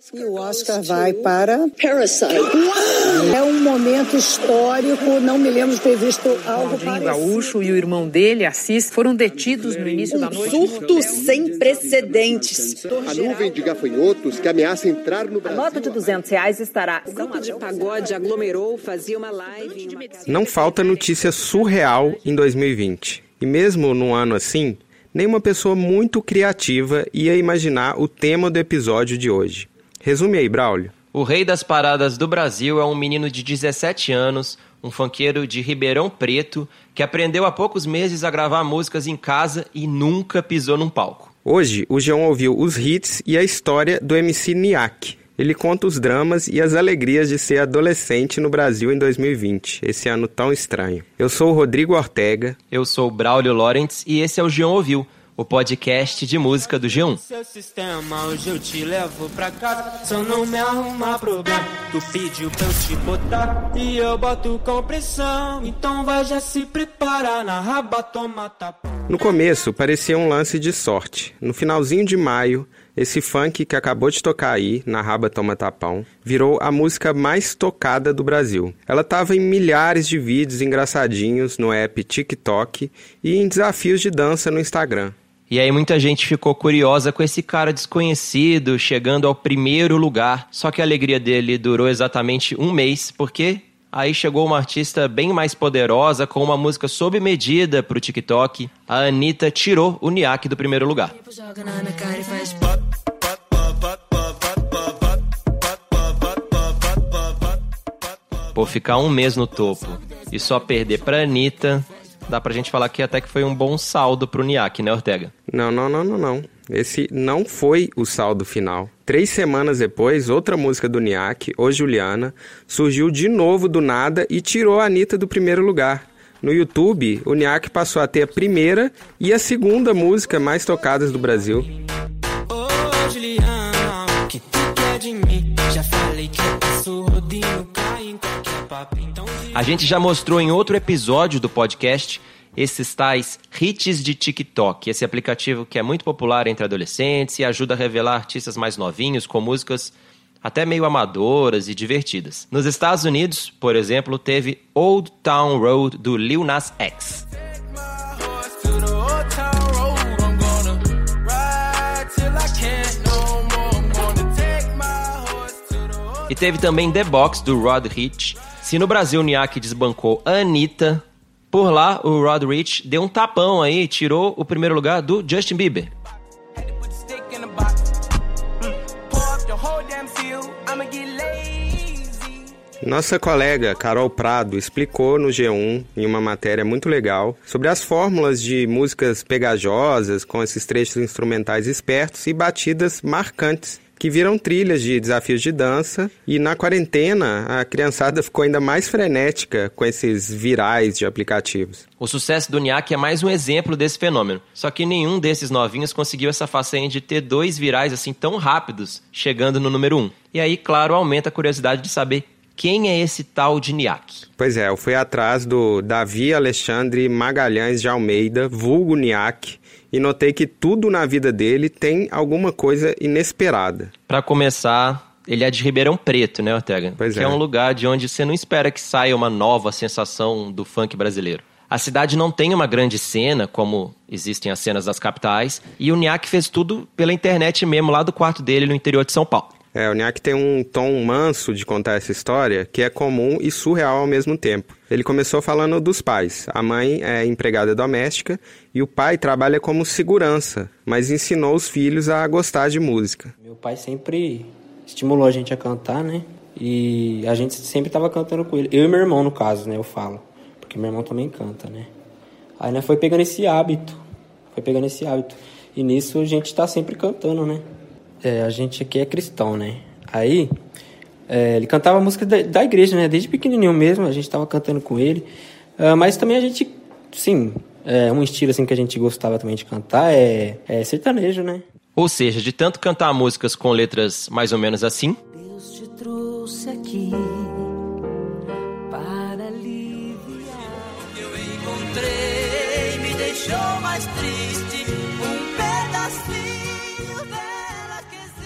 E o Oscar vai para Parasite. É um momento histórico, não me lembro de ter visto algo parecido. O Gaúcho e o irmão dele, Assis, foram detidos no início da noite. Surto sem precedentes. A nuvem de gafanhotos que ameaça entrar no Brasil. A nota de R$200 estará... O grupo de pagode aglomerou, fazia uma live... Não falta notícia surreal em 2020. E mesmo num ano assim, nenhuma pessoa muito criativa ia imaginar o tema do episódio de hoje. Resume aí, Braulio. O rei das paradas do Brasil é um menino de 17 anos, um funkeiro de Ribeirão Preto, que aprendeu há poucos meses a gravar músicas em casa e nunca pisou num palco. Hoje, o João ouviu os hits e a história do MC Niak. Ele conta os dramas e as alegrias de ser adolescente no Brasil em 2020, esse ano tão estranho. Eu sou o Rodrigo Ortega. Eu sou o Braulio Lorentz e esse é o João Ouviu, o podcast de música do G1. Seu sistema, hoje eu te levo pra casa, só não me arrumar problema. Tu pediu pra eu te botar e eu boto com pressão, então vai já se preparar, na raba toma tapa. No começo, parecia um lance de sorte. No finalzinho de maio, esse funk que acabou de tocar aí, na raba toma tapão, virou a música mais tocada do Brasil. Ela estava em milhares de vídeos engraçadinhos no app TikTok e em desafios de dança no Instagram. E aí muita gente ficou curiosa com esse cara desconhecido chegando ao primeiro lugar. Só que a alegria dele durou exatamente um mês, porque aí chegou uma artista bem mais poderosa com uma música sob medida pro TikTok. A Anitta tirou o Niak do primeiro lugar. Por ficar um mês no topo e só perder pra Anitta, dá pra gente falar que até que foi um bom saldo pro Niak, né, Ortega? Não. Esse não foi o saldo final. 3 semanas depois, outra música do Niak, Ô Juliana, surgiu de novo do nada e tirou a Anitta do primeiro lugar. No YouTube, o Niak passou a ter a primeira e a segunda música mais tocadas do Brasil. Ô Juliana, que tu quer de mim? Já falei que eu passo rodinho, cai em qualquer papo, então... A gente já mostrou em outro episódio do podcast esses tais hits de TikTok, esse aplicativo que é muito popular entre adolescentes e ajuda a revelar artistas mais novinhos com músicas até meio amadoras e divertidas. Nos Estados Unidos, por exemplo, teve Old Town Road do Lil Nas X. E teve também The Box do Rod Rich. Se no Brasil o Niak desbancou a Anitta, por lá o Rod Rich deu um tapão aí e tirou o primeiro lugar do Justin Bieber. Nossa colega Carol Prado explicou no G1, em uma matéria muito legal, sobre as fórmulas de músicas pegajosas, com esses trechos instrumentais espertos e batidas marcantes, que viram trilhas de desafios de dança, e na quarentena a criançada ficou ainda mais frenética com esses virais de aplicativos. O sucesso do Niak é mais um exemplo desse fenômeno, só que nenhum desses novinhos conseguiu essa façanha de ter 2 virais assim tão rápidos, chegando no número 1. E aí, claro, aumenta a curiosidade de saber quem é esse tal de Niak. Pois é, eu fui atrás do Davi Alexandre Magalhães de Almeida, vulgo Niak, e notei que tudo na vida dele tem alguma coisa inesperada. Para começar, ele é de Ribeirão Preto, né, Ortega? Pois que é um lugar de onde você não espera que saia uma nova sensação do funk brasileiro. A cidade não tem uma grande cena, como existem as cenas das capitais, e o Niak fez tudo pela internet mesmo, lá do quarto dele no interior de São Paulo. O Niak tem um tom manso de contar essa história que é comum e surreal ao mesmo tempo. Ele começou falando dos pais. A mãe é empregada doméstica e o pai trabalha como segurança, mas ensinou os filhos a gostar de música. Meu pai sempre estimulou a gente a cantar, né? E a gente sempre estava cantando com ele. Eu e meu irmão, no caso, né? Eu falo. Porque meu irmão também canta, né? Aí, né, foi pegando esse hábito. E nisso a gente tá sempre cantando, né? A gente aqui é cristão, né? Aí, ele cantava música da igreja, né? Desde pequenininho mesmo, a gente tava cantando com ele. Mas também a gente, sim, um estilo assim que a gente gostava também de cantar é sertanejo, né? Ou seja, de tanto cantar músicas com letras mais ou menos assim... Deus te trouxe aqui para aliviar. Eu encontrei, me deixou mais triste, um pedacinho dela que existe.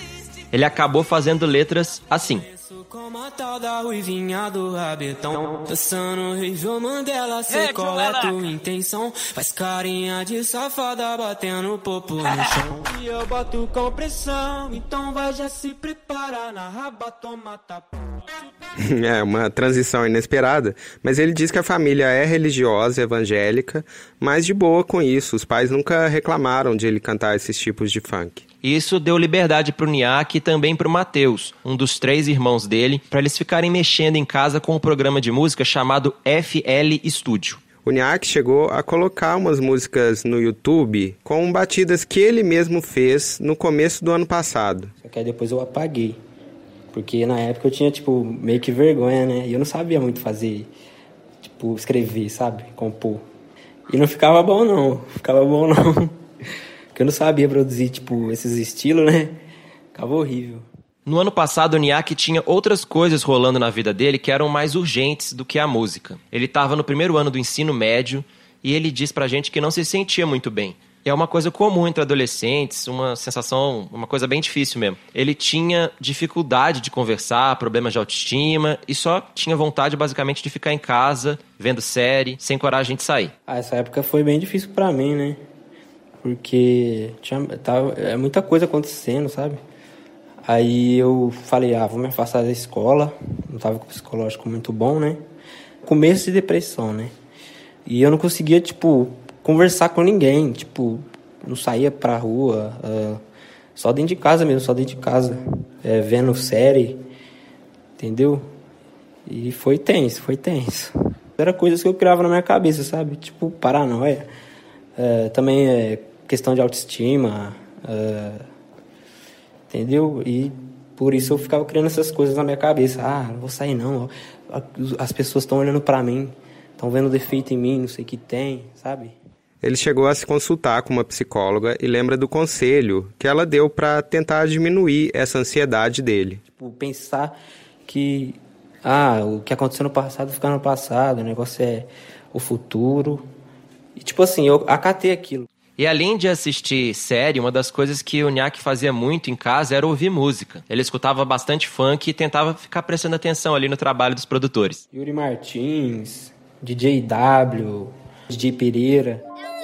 ele acabou fazendo letras assim. Como a tal da ruivinha do rabetão, dançando Rio Mandela, sei qual é tua intenção. Faz carinha de safada, batendo o popo no chão. E eu boto com pressão, então vai já se preparar na raba, toma tapa. É uma transição inesperada, mas ele diz que a família é religiosa, evangélica, mas de boa com isso. Os pais nunca reclamaram de ele cantar esses tipos de funk. Isso deu liberdade pro Niak e também pro Matheus, um dos 3 irmãos dele, para eles ficarem mexendo em casa com um programa de música chamado FL Studio. O Niak chegou a colocar umas músicas no YouTube com batidas que ele mesmo fez no começo do ano passado. Só que aí depois eu apaguei. Porque na época eu tinha, meio que vergonha, né? E eu não sabia muito fazer, escrever, sabe? Compor. E não ficava bom, não. Porque eu não sabia produzir, esses estilos, né? Ficava horrível. No ano passado, o Niak tinha outras coisas rolando na vida dele que eram mais urgentes do que a música. Ele estava no primeiro ano do ensino médio e ele diz pra gente que não se sentia muito bem. É uma coisa comum entre adolescentes, uma sensação, uma coisa bem difícil mesmo. Ele tinha dificuldade de conversar, problemas de autoestima e só tinha vontade basicamente de ficar em casa, vendo série, sem coragem de sair. Essa época foi bem difícil pra mim, né? Porque é muita coisa acontecendo, sabe? Aí eu falei, vou me afastar da escola, não tava com o psicológico muito bom, né? Começo de depressão, né? E eu não conseguia, conversar com ninguém, não saía pra rua, só dentro de casa mesmo, vendo série, entendeu? E foi tenso. Era coisas que eu criava na minha cabeça, sabe? Paranoia, também questão de autoestima, entendeu? E por isso eu ficava criando essas coisas na minha cabeça. Não vou sair não, as pessoas estão olhando pra mim, estão vendo defeito em mim, não sei o que tem, sabe? Ele chegou a se consultar com uma psicóloga e lembra do conselho que ela deu para tentar diminuir essa ansiedade dele. Pensar que o que aconteceu no passado fica no passado, o negócio é o futuro. E eu acatei aquilo. E além de assistir série, uma das coisas que o Niak fazia muito em casa era ouvir música. Ele escutava bastante funk e tentava ficar prestando atenção ali no trabalho dos produtores. Yuri Martins, DJ W, DJ Pereira.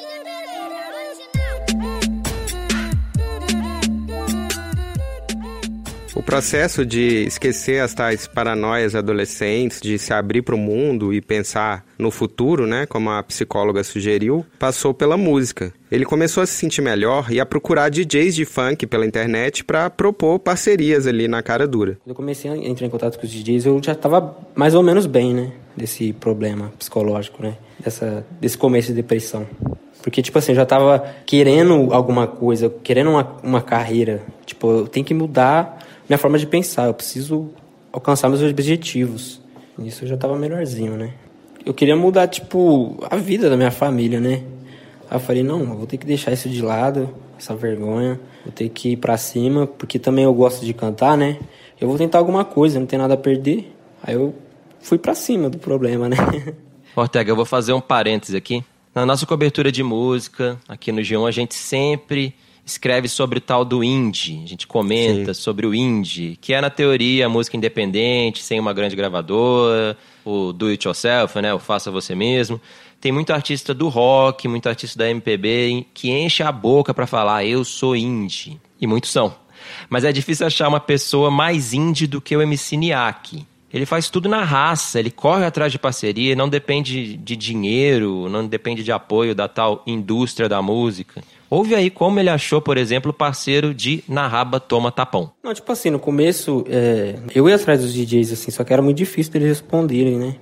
O processo de esquecer as tais paranoias adolescentes, de se abrir para o mundo e pensar no futuro, né, como a psicóloga sugeriu, passou pela música. Ele começou a se sentir melhor e a procurar DJs de funk pela internet para propor parcerias ali na cara dura. Quando eu comecei a entrar em contato com os DJs, eu já estava mais ou menos bem, né, desse problema psicológico, né, desse começo de depressão. Porque, eu já tava querendo alguma coisa, querendo uma carreira. Eu tenho que mudar minha forma de pensar, eu preciso alcançar meus objetivos. Nisso eu já tava melhorzinho, né? Eu queria mudar, a vida da minha família, né? Aí eu falei, não, eu vou ter que deixar isso de lado, essa vergonha. Vou ter que ir pra cima, porque também eu gosto de cantar, né? Eu vou tentar alguma coisa, não tem nada a perder. Aí eu fui pra cima do problema, né? Ortega, eu vou fazer um parêntese aqui. Na nossa cobertura de música, aqui no G1, a gente sempre escreve sobre o tal do indie. A gente comenta sobre o indie, que é, na teoria, a música independente, sem uma grande gravadora, o do it yourself, né? O faça você mesmo. Tem muito artista do rock, muito artista da MPB que enche a boca pra falar, eu sou indie. E muitos são. Mas é difícil achar uma pessoa mais indie do que o MC Niak. Ele faz tudo na raça, ele corre atrás de parceria, não depende de dinheiro, não depende de apoio da tal indústria da música. Ouve aí como ele achou, por exemplo, parceiro de Na Raba Toma Tapão. Não, no começo, eu ia atrás dos DJs, só que era muito difícil deles responderem, né?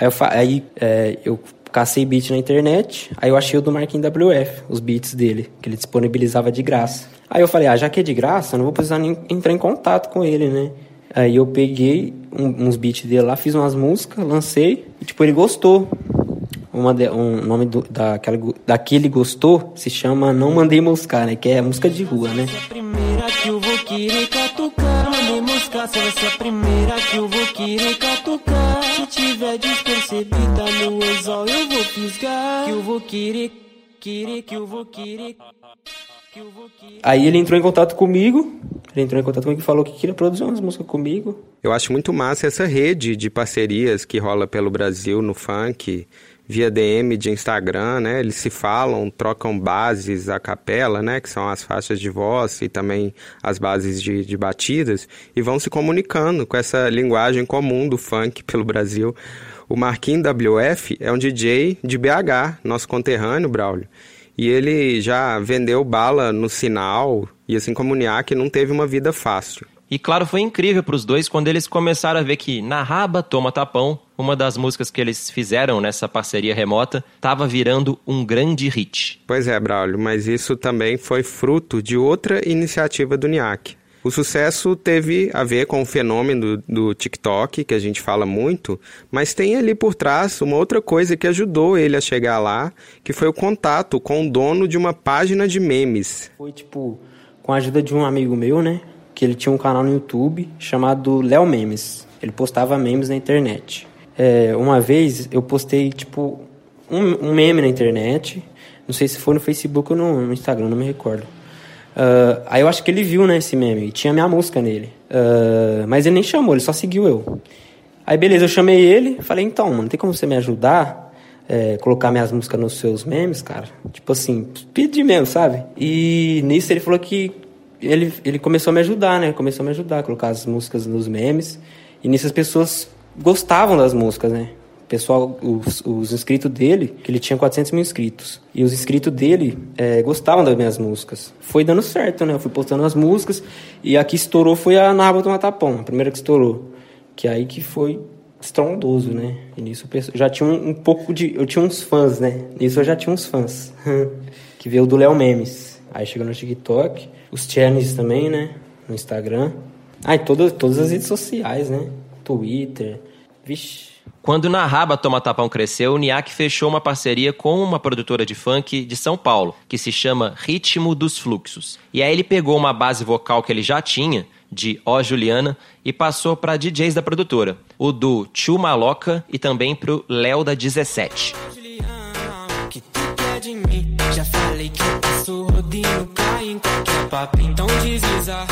Aí eu cacei beat na internet, aí eu achei o do Marquinhos WF, os beats dele, que ele disponibilizava de graça. Aí eu falei, já que é de graça, eu não vou precisar nem entrar em contato com ele, né? Aí eu peguei uns beats dele lá, fiz umas músicas, lancei, e ele gostou. O nome daquele gostou se chama Não Mandei Moscar, né? Que é música de rua, né? Se a primeira que eu vou querer catucar, mandei moscar. Se você é a primeira que eu vou querer catucar, se tiver despercebida no anzol eu vou fisgar. Que eu vou querer, que eu vou querer, Aí ele entrou em contato comigo e falou que queria produzir umas músicas comigo. Eu acho muito massa essa rede de parcerias que rola pelo Brasil no funk, via DM de Instagram, né? Eles se falam, trocam bases a capela, né? Que são as faixas de voz e também as bases de batidas, e vão se comunicando com essa linguagem comum do funk pelo Brasil. O Marquinhos WF é um DJ de BH, nosso conterrâneo, Braulio. E ele já vendeu bala no Sinal, e assim como o Niak, não teve uma vida fácil. E claro, foi incrível para os dois quando eles começaram a ver que Na Raba Toma Tapão, uma das músicas que eles fizeram nessa parceria remota, estava virando um grande hit. Pois é, Braulio, mas isso também foi fruto de outra iniciativa do Niak. O sucesso teve a ver com o fenômeno do TikTok, que a gente fala muito, mas tem ali por trás uma outra coisa que ajudou ele a chegar lá, que foi o contato com o dono de uma página de memes. Foi com a ajuda de um amigo meu, né? Que ele tinha um canal no YouTube chamado Léo Memes. Ele postava memes na internet. Uma vez eu postei um meme na internet, não sei se foi no Facebook ou no Instagram, não me recordo. Aí eu acho que ele viu, né, esse meme, e tinha minha música nele. Mas ele nem chamou, ele só seguiu eu. Aí beleza, eu chamei ele, falei, então, mano, tem como você me ajudar? Colocar minhas músicas nos seus memes, cara? Tipo assim, pedir mesmo, sabe? E nisso ele falou que ele começou a me ajudar, né? Começou a me ajudar a colocar as músicas nos memes. E nisso as pessoas gostavam das músicas, né? O pessoal, os inscritos dele, que ele tinha 400 mil inscritos. E os inscritos dele gostavam das minhas músicas. Foi dando certo, né? Eu fui postando as músicas. E a que estourou foi a Na Raba Toma Tapão, a primeira que estourou. Que aí que foi estrondoso, né? E nisso eu já tinha eu tinha uns fãs, né? Nisso eu já tinha uns fãs. Que veio do Léo Memes. Aí chegou no TikTok. Os channels também, né? No Instagram. E todas as redes sociais, né? Twitter. Vixe. Quando Na Raba Toma Tapão cresceu, o Niak fechou uma parceria com uma produtora de funk de São Paulo, que se chama Ritmo dos Fluxos. E aí ele pegou uma base vocal que ele já tinha, de Ó Juliana, e passou para DJs da produtora, o do Tchu Maloca e também pro Léo da 17. Que tu quer de mim? Já falei que eu passo rodinho, cai em qualquer papo, então deslizar,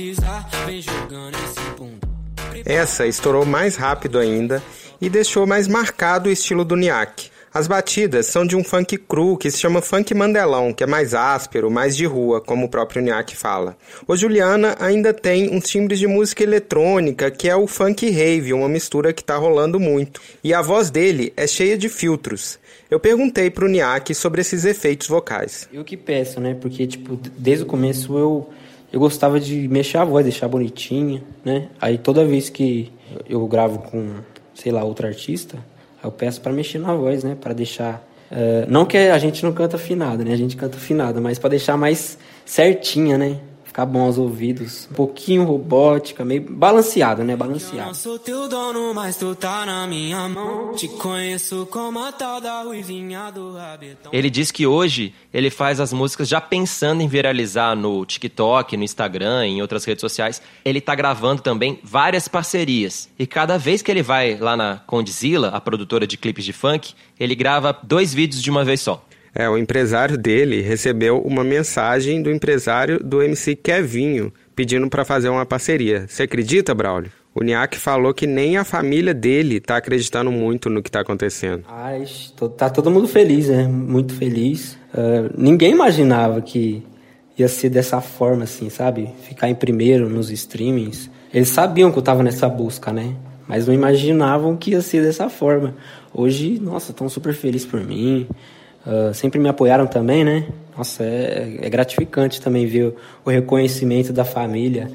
vem jogando esse bunda. Essa estourou mais rápido ainda e deixou mais marcado o estilo do Niak. As batidas são de um funk cru que se chama funk mandelão, que é mais áspero, mais de rua, como o próprio Niak fala. O Juliana ainda tem uns timbres de música eletrônica, que é o funk rave, uma mistura que tá rolando muito. E a voz dele é cheia de filtros. Eu perguntei pro Niak sobre esses efeitos vocais. Eu que peço, né? Porque, desde o começo eu gostava de mexer a voz, deixar bonitinha, né? Aí toda vez que eu gravo com, sei lá, outro artista, eu peço pra mexer na voz, né? Pra deixar... não que a gente não canta afinado, né? A gente canta afinado, mas pra deixar mais certinha, né? Ficar bom aos ouvidos. Um pouquinho robótica, meio balanceado, né? Balanceado. Eu não sou teu dono, mas tu tá na minha mão. Te conheço como a tal da ruivinha do rabetão. Ele diz que hoje ele faz as músicas já pensando em viralizar no TikTok, no Instagram, em outras redes sociais. Ele tá gravando também várias parcerias. E cada vez que ele vai lá na Condzilla, a produtora de clipes de funk, ele grava 2 vídeos de uma vez só. O empresário dele recebeu uma mensagem do empresário do MC Kevinho pedindo para fazer uma parceria. Você acredita, Braulio? O Niak falou que nem a família dele tá acreditando muito no que tá acontecendo. Tá todo mundo feliz, né? Muito feliz. Ninguém imaginava que ia ser dessa forma, assim, sabe? Ficar em primeiro nos streamings. Eles sabiam que eu tava nessa busca, né? Mas não imaginavam que ia ser dessa forma. Hoje, nossa, estão super felizes por mim. Sempre me apoiaram também, né? Nossa, é gratificante também ver o reconhecimento da família.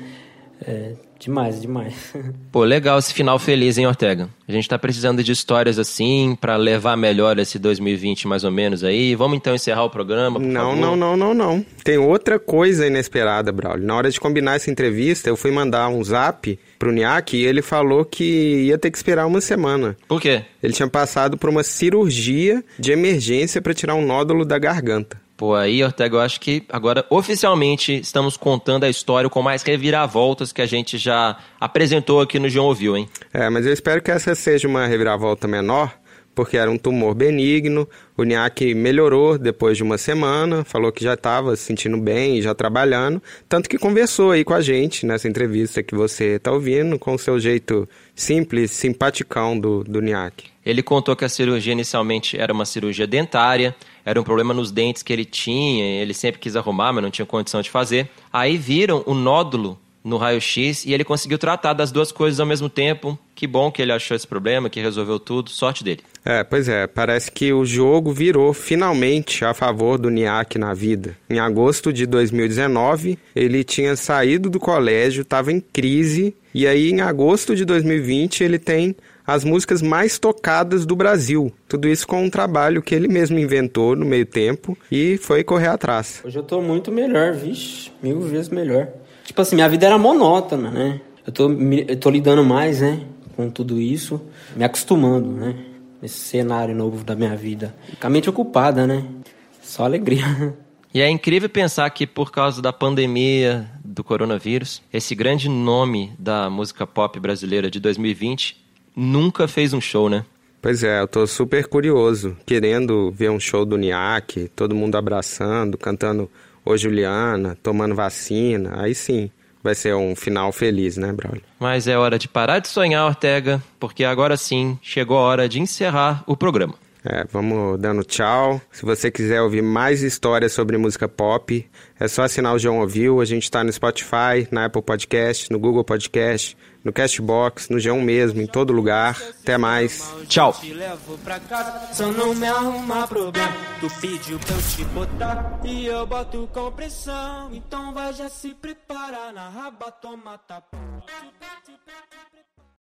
Demais. Pô, legal esse final feliz, hein, Ortega? A gente tá precisando de histórias assim pra levar melhor esse 2020 mais ou menos aí. Vamos então encerrar o programa, por favor? Não. Tem outra coisa inesperada, Braulio. Na hora de combinar essa entrevista, eu fui mandar um zap pro Niak e ele falou que ia ter que esperar uma semana. Por quê? Ele tinha passado por uma cirurgia de emergência pra tirar um nódulo da garganta. Pô, aí, Ortega, eu acho que agora oficialmente estamos contando a história com mais reviravoltas que a gente já apresentou aqui no João Ouviu, hein? Mas eu espero que essa seja uma reviravolta menor, porque era um tumor benigno. O Niak melhorou depois de uma semana, falou que já estava se sentindo bem e já trabalhando, tanto que conversou aí com a gente nessa entrevista que você está ouvindo, com o seu jeito simples, simpaticão do Niak. Ele contou que a cirurgia inicialmente era uma cirurgia dentária, era um problema nos dentes que ele tinha, ele sempre quis arrumar, mas não tinha condição de fazer. Aí viram o nódulo no raio-x e ele conseguiu tratar das duas coisas ao mesmo tempo. Que bom que ele achou esse problema, que resolveu tudo, sorte dele. Pois é, parece que o jogo virou finalmente a favor do Niak na vida. Em agosto de 2019, ele tinha saído do colégio, estava em crise, e aí em agosto de 2020 ele tem as músicas mais tocadas do Brasil. Tudo isso com um trabalho que ele mesmo inventou no meio tempo e foi correr atrás. Hoje eu tô muito melhor, vixe, 1000 vezes melhor. Tipo assim, minha vida era monótona, né? Eu tô lidando mais, né, com tudo isso, me acostumando, né, nesse cenário novo da minha vida. Com a mente ocupada, né? Só alegria. E é incrível pensar que por causa da pandemia do coronavírus, esse grande nome da música pop brasileira de 2020 nunca fez um show, né? Pois é, eu tô super curioso, querendo ver um show do Niak, todo mundo abraçando, cantando Ô Juliana, tomando vacina, aí sim vai ser um final feliz, né, Braulio? Mas é hora de parar de sonhar, Ortega, porque agora sim chegou a hora de encerrar o programa. Vamos dando tchau. Se você quiser ouvir mais histórias sobre música pop, é só assinar o João Ouviu. A gente tá no Spotify, na Apple Podcast, no Google Podcast, no Castbox, no G1 mesmo, em todo lugar. Até mais. Tchau. Te levo pra casa, só não me arruma problema. Tu pediu pra eu te botar e eu boto com pressão. Então vai já se preparar na raba, toma tapa.